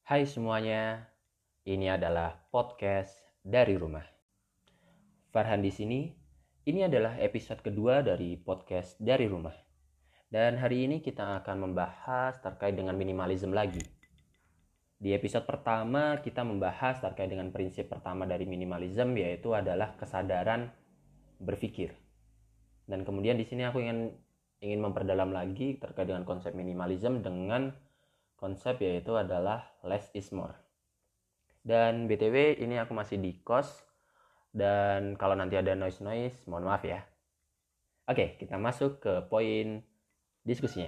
Hai semuanya, ini adalah podcast dari rumah. Farhan di sini. Ini adalah episode kedua dari podcast dari rumah. Dan hari ini kita akan membahas terkait dengan minimalism lagi. Di episode pertama kita membahas terkait dengan prinsip pertama dari minimalism, yaitu adalah kesadaran berpikir. Dan kemudian di sini aku ingin memperdalam lagi terkait dengan konsep minimalism dengan konsep yaitu adalah less is more. Dan BTW ini aku masih di kos, dan kalau nanti ada noise mohon maaf ya. Oke, kita masuk ke poin diskusinya.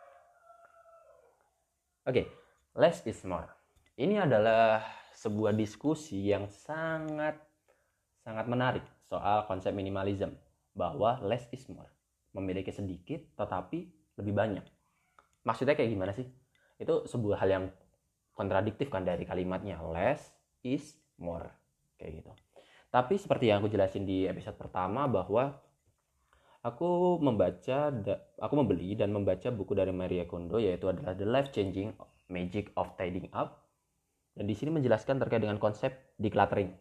Oke, less is more. Ini adalah sebuah diskusi yang sangat menarik soal konsep minimalism, bahwa less is more, memiliki sedikit tetapi lebih banyak. Maksudnya kayak gimana sih? Itu sebuah hal yang kontradiktif kan dari kalimatnya, less is more, kayak gitu. Tapi seperti yang aku jelasin di episode pertama, bahwa aku membeli dan membaca buku dari Marie Kondo, yaitu adalah The Life Changing Magic of Tidying Up. Dan di sini menjelaskan terkait dengan konsep decluttering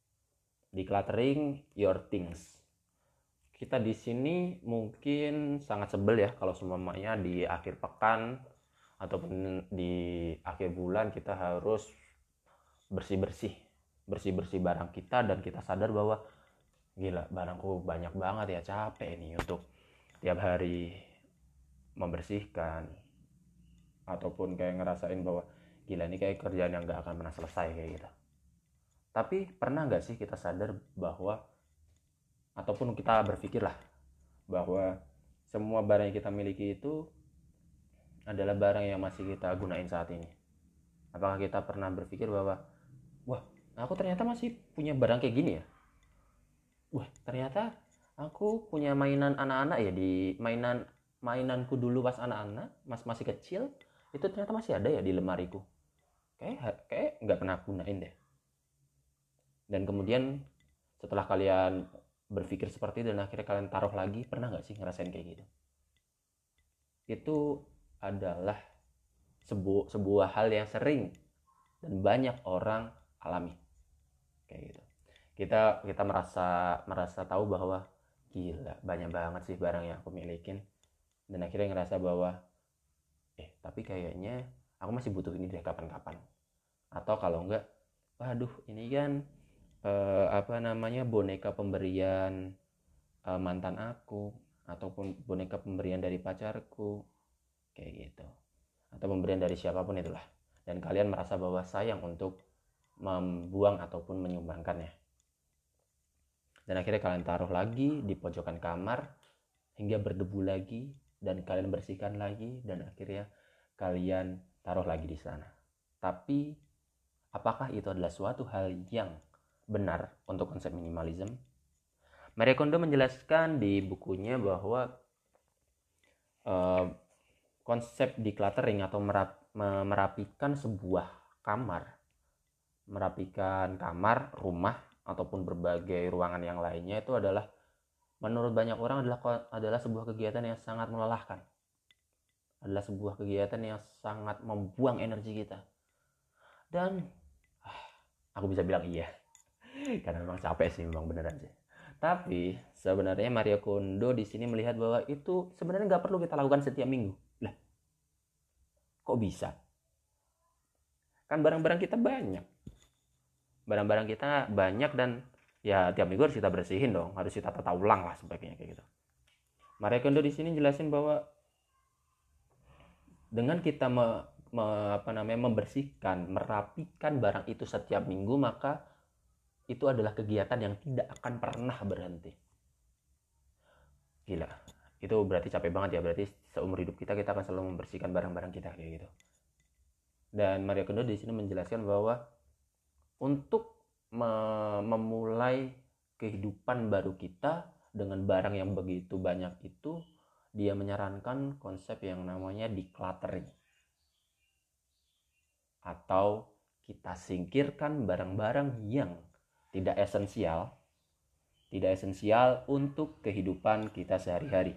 your things. Kita di sini mungkin sangat sebel ya kalau semuanya di akhir pekan ataupun di akhir bulan kita harus bersih-bersih barang kita, dan kita sadar bahwa gila, barangku banyak banget ya, capek nih untuk tiap hari membersihkan, ataupun kayak ngerasain bahwa gila ini kayak kerjaan yang gak akan pernah selesai kayak gitu. Tapi pernah gak sih kita sadar bahwa, ataupun kita berpikir lah, bahwa semua barang yang kita miliki itu adalah barang yang masih kita gunain saat ini? Apakah kita pernah berpikir bahwa wah, aku ternyata masih punya barang kayak gini ya? Wah, ternyata aku punya mainan anak-anak ya, di mainanku dulu pas anak-anak, masih kecil, itu ternyata masih ada ya di lemariku. Kayak nggak pernah gunain deh. Dan kemudian setelah kalian berpikir seperti itu dan akhirnya kalian taruh lagi, pernah nggak sih ngerasain kayak gitu? Itu adalah sebuah hal yang sering dan banyak orang alami kayak gitu. Kita merasa tahu bahwa gila, banyak banget sih barang yang aku milikin, dan akhirnya ngerasa bahwa tapi kayaknya aku masih butuh ini deh kapan-kapan. Atau kalau enggak, waduh ini kan boneka pemberian mantan aku, ataupun boneka pemberian dari pacarku kayak gitu, atau pemberian dari siapapun itulah, dan kalian merasa bahwa sayang untuk membuang ataupun menyumbangkannya. Dan akhirnya kalian taruh lagi di pojokan kamar hingga berdebu lagi, dan kalian bersihkan lagi, dan akhirnya kalian taruh lagi di sana. Tapi apakah itu adalah suatu hal yang benar untuk konsep minimalism? Marie Kondo menjelaskan di bukunya bahwa konsep decluttering atau merapikan sebuah kamar, rumah, ataupun berbagai ruangan yang lainnya, itu adalah, menurut banyak orang, adalah sebuah kegiatan yang sangat melelahkan, adalah sebuah kegiatan yang sangat membuang energi kita. Dan aku bisa bilang iya, karena memang capek sih, memang beneran sih. Tapi sebenarnya Marie Kondo di sini melihat bahwa itu sebenarnya nggak perlu kita lakukan setiap minggu. Lah, kok bisa? Kan barang-barang kita banyak, dan ya tiap minggu harus kita bersihin dong, harus kita tata ulang lah sebagainya kayak gitu. Marie Kondo di sini jelasin bahwa dengan kita membersihkan, merapikan barang itu setiap minggu, maka itu adalah kegiatan yang tidak akan pernah berhenti. Gila, itu berarti capek banget ya, berarti seumur hidup kita akan selalu membersihkan barang-barang kita kayak gitu. Dan Marie Kondo di sini menjelaskan bahwa untuk memulai kehidupan baru kita dengan barang yang begitu banyak itu, dia menyarankan konsep yang namanya decluttering, atau kita singkirkan barang-barang yang tidak esensial untuk kehidupan kita sehari-hari.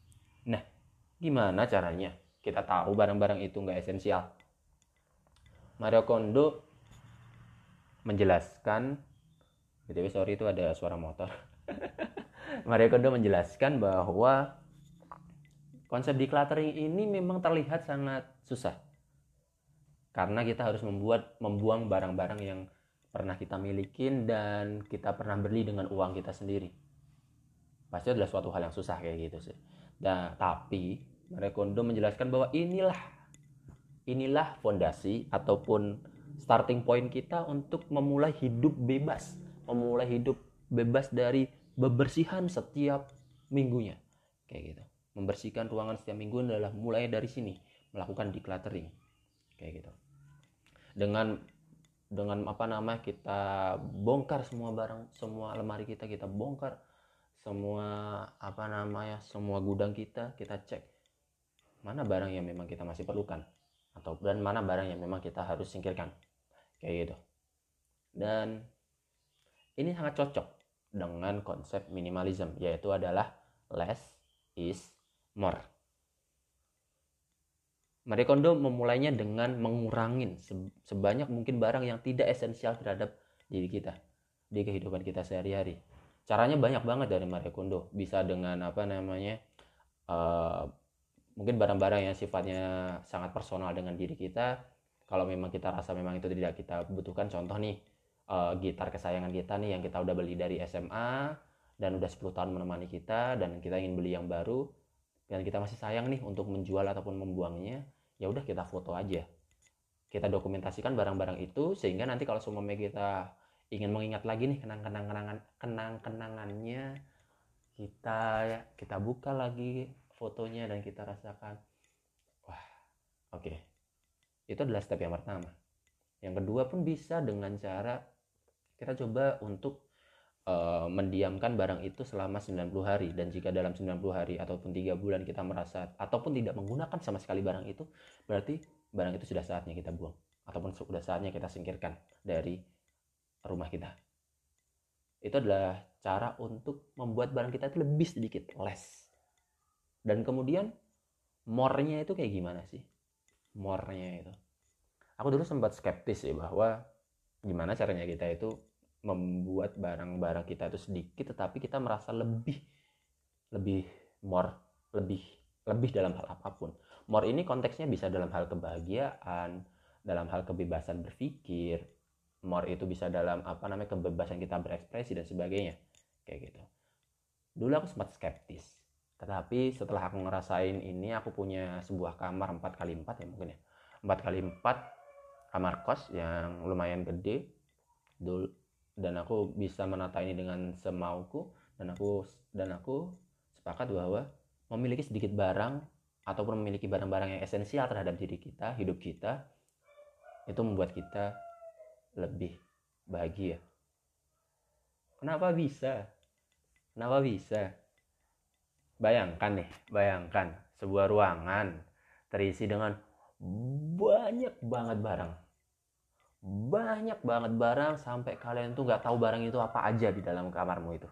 Nah, gimana caranya kita tahu barang-barang itu nggak esensial? Mario Kondo menjelaskan, BTW sorry itu ada suara motor. Mario Kondo menjelaskan bahwa konsep decluttering ini memang terlihat sangat susah. Karena kita harus membuang barang-barang yang pernah kita milikin dan kita pernah beli dengan uang kita sendiri. Pasti adalah suatu hal yang susah kayak gitu sih. Nah, tapi Marie Kondo menjelaskan bahwa inilah fondasi ataupun starting point kita untuk memulai hidup bebas. Memulai hidup bebas dari bebersihan setiap minggunya. Kayak gitu. Membersihkan ruangan setiap minggu adalah mulai dari sini, melakukan decluttering. Kayak gitu. Dengan kita bongkar semua barang, semua lemari kita bongkar, semua semua gudang kita cek mana barang yang memang kita masih perlukan dan mana barang yang memang kita harus singkirkan, kayak gitu. Dan ini sangat cocok dengan konsep minimalism, yaitu adalah less is more. Marie Kondo memulainya dengan mengurangin sebanyak mungkin barang yang tidak esensial terhadap diri kita di kehidupan kita sehari-hari. Caranya banyak banget dari Marie Kondo. Bisa dengan mungkin barang-barang yang sifatnya sangat personal dengan diri kita. Kalau memang kita rasa memang itu tidak kita butuhkan, contoh nih gitar kesayangan kita nih yang kita udah beli dari SMA dan udah 10 tahun menemani kita dan kita ingin beli yang baru dan kita masih sayang nih untuk menjual ataupun membuangnya, ya udah kita foto aja, kita dokumentasikan barang-barang itu sehingga nanti kalau seumpamanya kita ingin mengingat lagi nih kenang-kenangannya, kita buka lagi fotonya dan kita rasakan, wah oke. Itu adalah step yang pertama. Yang kedua pun bisa dengan cara kita coba untuk mendiamkan barang itu selama 90 hari, dan jika dalam 90 hari ataupun 3 bulan kita merasa ataupun tidak menggunakan sama sekali barang itu, berarti barang itu sudah saatnya kita buang ataupun sudah saatnya kita singkirkan dari rumah kita. Itu adalah cara untuk membuat barang kita itu lebih sedikit, less. Dan kemudian more-nya itu kayak gimana sih? More-nya itu, aku dulu sempat skeptis sih bahwa gimana caranya kita itu membuat barang-barang kita itu sedikit tetapi kita merasa lebih more, lebih dalam hal apapun. More ini konteksnya bisa dalam hal kebahagiaan, dalam hal kebebasan berpikir. More itu bisa dalam kebebasan kita berekspresi dan sebagainya, kayak gitu. Dulu aku sempat skeptis, tetapi setelah aku ngerasain ini, aku punya sebuah kamar 4x4 ya mungkin ya, 4x4 kamar kos yang lumayan gede dulu, dan aku bisa menata ini dengan semauku, dan aku sepakat bahwa memiliki sedikit barang ataupun memiliki barang-barang yang esensial terhadap diri kita, hidup kita, itu membuat kita lebih bahagia. Kenapa bisa? Bayangkan sebuah ruangan terisi dengan banyak banget barang sampai kalian tuh nggak tahu barang itu apa aja di dalam kamarmu itu.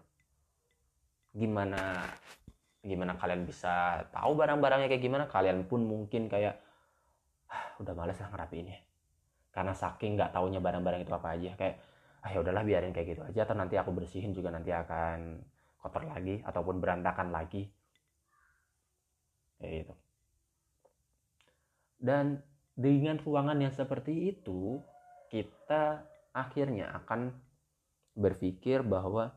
Gimana kalian bisa tahu barang-barangnya kayak gimana? Kalian pun mungkin kayak udah malas lah ngerapiinnya, karena saking nggak taunya barang-barang itu apa aja. Kayak ya udahlah biarin kayak gitu aja, atau nanti aku bersihin juga nanti akan kotor lagi ataupun berantakan lagi, kayak gitu. Dan dengan ruangan yang seperti itu, kita akhirnya akan berpikir bahwa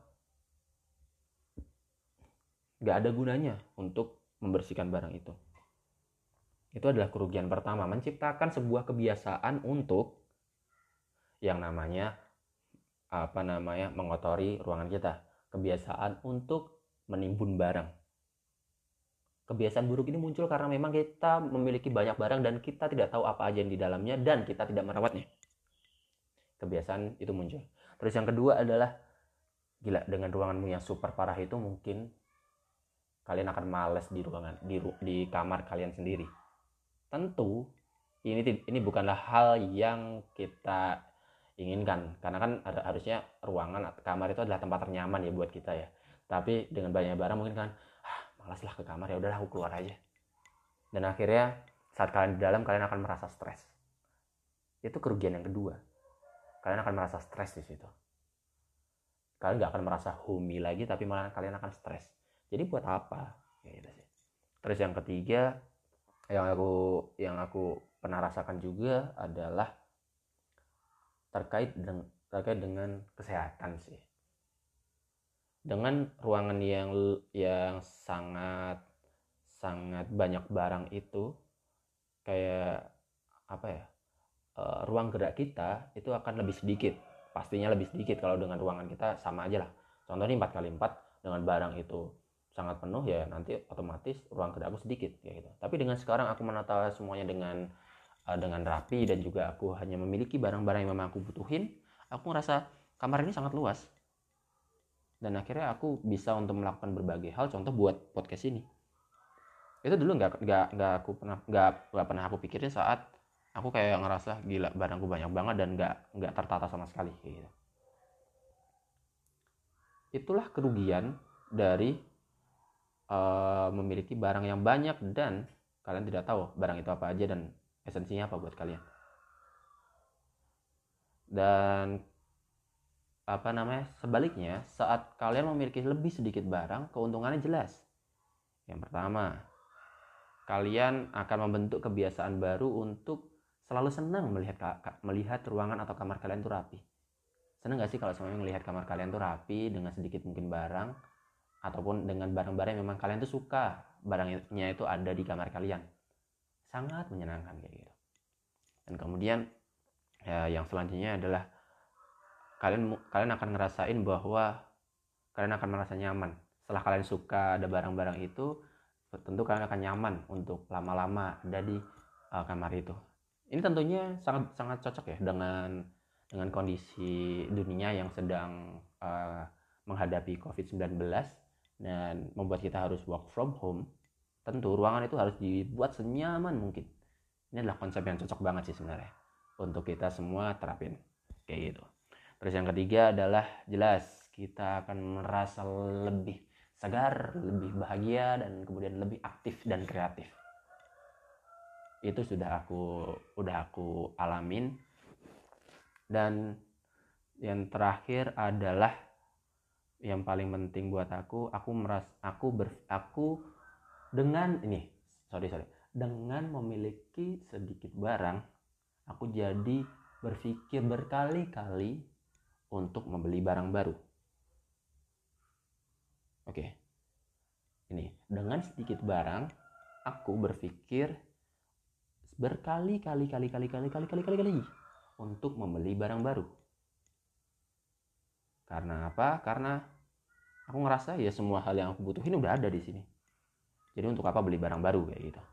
gak ada gunanya untuk membersihkan barang itu. Itu adalah kerugian pertama, menciptakan sebuah kebiasaan untuk yang namanya mengotori ruangan kita, kebiasaan untuk menimbun barang. Kebiasaan buruk ini muncul karena memang kita memiliki banyak barang dan kita tidak tahu apa aja yang di dalamnya dan kita tidak merawatnya. Kebiasaan itu muncul. Terus yang kedua adalah, gila, dengan ruanganmu yang super parah itu mungkin kalian akan males di kamar kalian sendiri. Tentu ini bukanlah hal yang kita inginkan, karena kan harusnya ruangan kamar itu adalah tempat ternyaman ya buat kita ya. Tapi dengan banyak barang mungkin kan malas lah ke kamar, ya udahlah aku keluar aja. Dan akhirnya saat kalian di dalam kalian akan merasa stres. itu kerugian yang kedua. Kalian akan merasa stres di situ. Kalian nggak akan merasa homey lagi, tapi malah kalian akan stres. Jadi buat apa? Kayak gitu sih. Terus yang ketiga yang aku pernah rasakan juga adalah terkait dengan kesehatan sih. Dengan ruangan yang sangat banyak barang itu, kayak apa ya, ruang gerak kita itu akan lebih sedikit. Pastinya lebih sedikit kalau dengan ruangan kita sama aja lah. Contohnya 4x4 dengan barang itu sangat penuh, ya nanti otomatis ruang gerakku sedikit kayak gitu. Tapi dengan sekarang aku menata semuanya dengan rapi, dan juga aku hanya memiliki barang-barang yang memang aku butuhin, aku ngerasa kamar ini sangat luas. Dan akhirnya aku bisa untuk melakukan berbagai hal, contoh buat podcast ini. Itu dulu nggak pernah aku pikirin saat aku kayak ngerasa gila barangku banyak banget dan nggak tertata sama sekali kayak gitu. Itulah kerugian dari memiliki barang yang banyak dan kalian tidak tahu barang itu apa aja dan esensinya apa buat kalian. Dan sebaliknya, saat kalian memiliki lebih sedikit barang, keuntungannya jelas. Yang pertama, kalian akan membentuk kebiasaan baru untuk selalu senang melihat ruangan atau kamar kalian itu rapi. Senang gak sih kalau semuanya melihat kamar kalian itu rapi dengan sedikit mungkin barang, ataupun dengan barang-barang yang memang kalian tuh suka barangnya itu ada di kamar kalian? Sangat menyenangkan kayak gitu. Dan kemudian ya, yang selanjutnya adalah kalian akan ngerasain bahwa kalian akan merasa nyaman. Setelah kalian suka ada barang-barang itu, tentu kalian akan nyaman untuk lama-lama ada di kamar itu. Ini tentunya sangat cocok ya dengan kondisi dunia yang sedang menghadapi COVID-19 dan membuat kita harus work from home. Tentu ruangan itu harus dibuat senyaman mungkin. Ini adalah konsep yang cocok banget sih sebenarnya untuk kita semua terapin kayak gitu. Terus yang ketiga adalah jelas kita akan merasa lebih segar, lebih bahagia, dan kemudian lebih aktif dan kreatif. Itu udah aku alamin. Dan yang terakhir adalah yang paling penting buat aku dengan dengan memiliki sedikit barang, aku jadi berpikir berkali-kali untuk membeli barang baru. Oke. Ini, dengan sedikit barang, aku berpikir berkali-kali untuk membeli barang baru. Karena apa? Karena aku ngerasa ya semua hal yang aku butuhin udah ada di sini. Jadi untuk apa beli barang baru kayak gitu.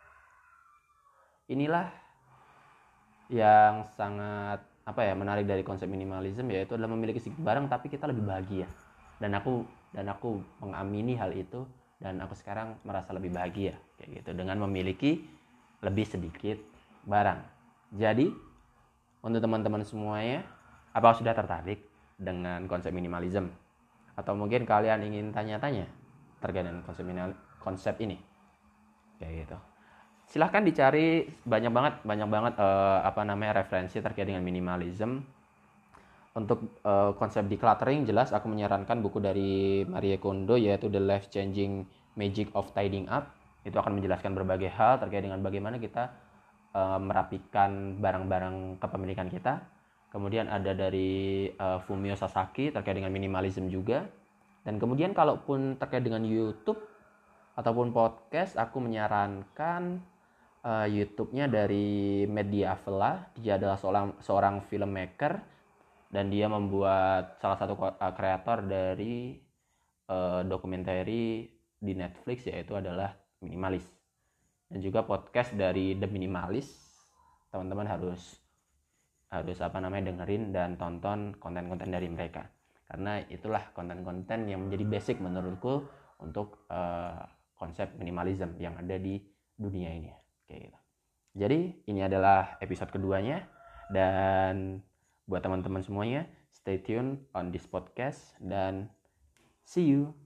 Inilah yang sangat menarik dari konsep minimalism, yaitu adalah memiliki sedikit barang tapi kita lebih bahagia. Dan aku mengamini hal itu, dan aku sekarang merasa lebih bahagia kayak gitu dengan memiliki lebih sedikit barang. Jadi untuk teman-teman semuanya, apakah sudah tertarik dengan konsep minimalism? Atau mungkin kalian ingin tanya-tanya terkait dengan konsep ini kayak gitu? Silahkan dicari banyak banget referensi terkait dengan minimalism. Untuk konsep decluttering, jelas aku menyarankan buku dari Marie Kondo, yaitu The Life Changing Magic of Tidying Up. Itu akan menjelaskan berbagai hal terkait dengan bagaimana kita merapikan barang-barang kepemilikan kita. Kemudian ada dari Fumio Sasaki terkait dengan minimalism juga. Dan kemudian kalaupun terkait dengan YouTube ataupun podcast, aku menyarankan YouTube-nya dari Media Vela. Dia adalah seorang filmmaker dan dia membuat salah satu kreator dari dokumenter di Netflix, yaitu adalah Minimalis. Dan juga podcast dari The Minimalist. Teman-teman harus dengerin dan tonton konten-konten dari mereka, karena itulah konten-konten yang menjadi basic menurutku untuk konsep minimalism yang ada di dunia ini kayak gitu. Jadi ini adalah episode keduanya, dan buat teman-teman semuanya, stay tune on this podcast dan see you.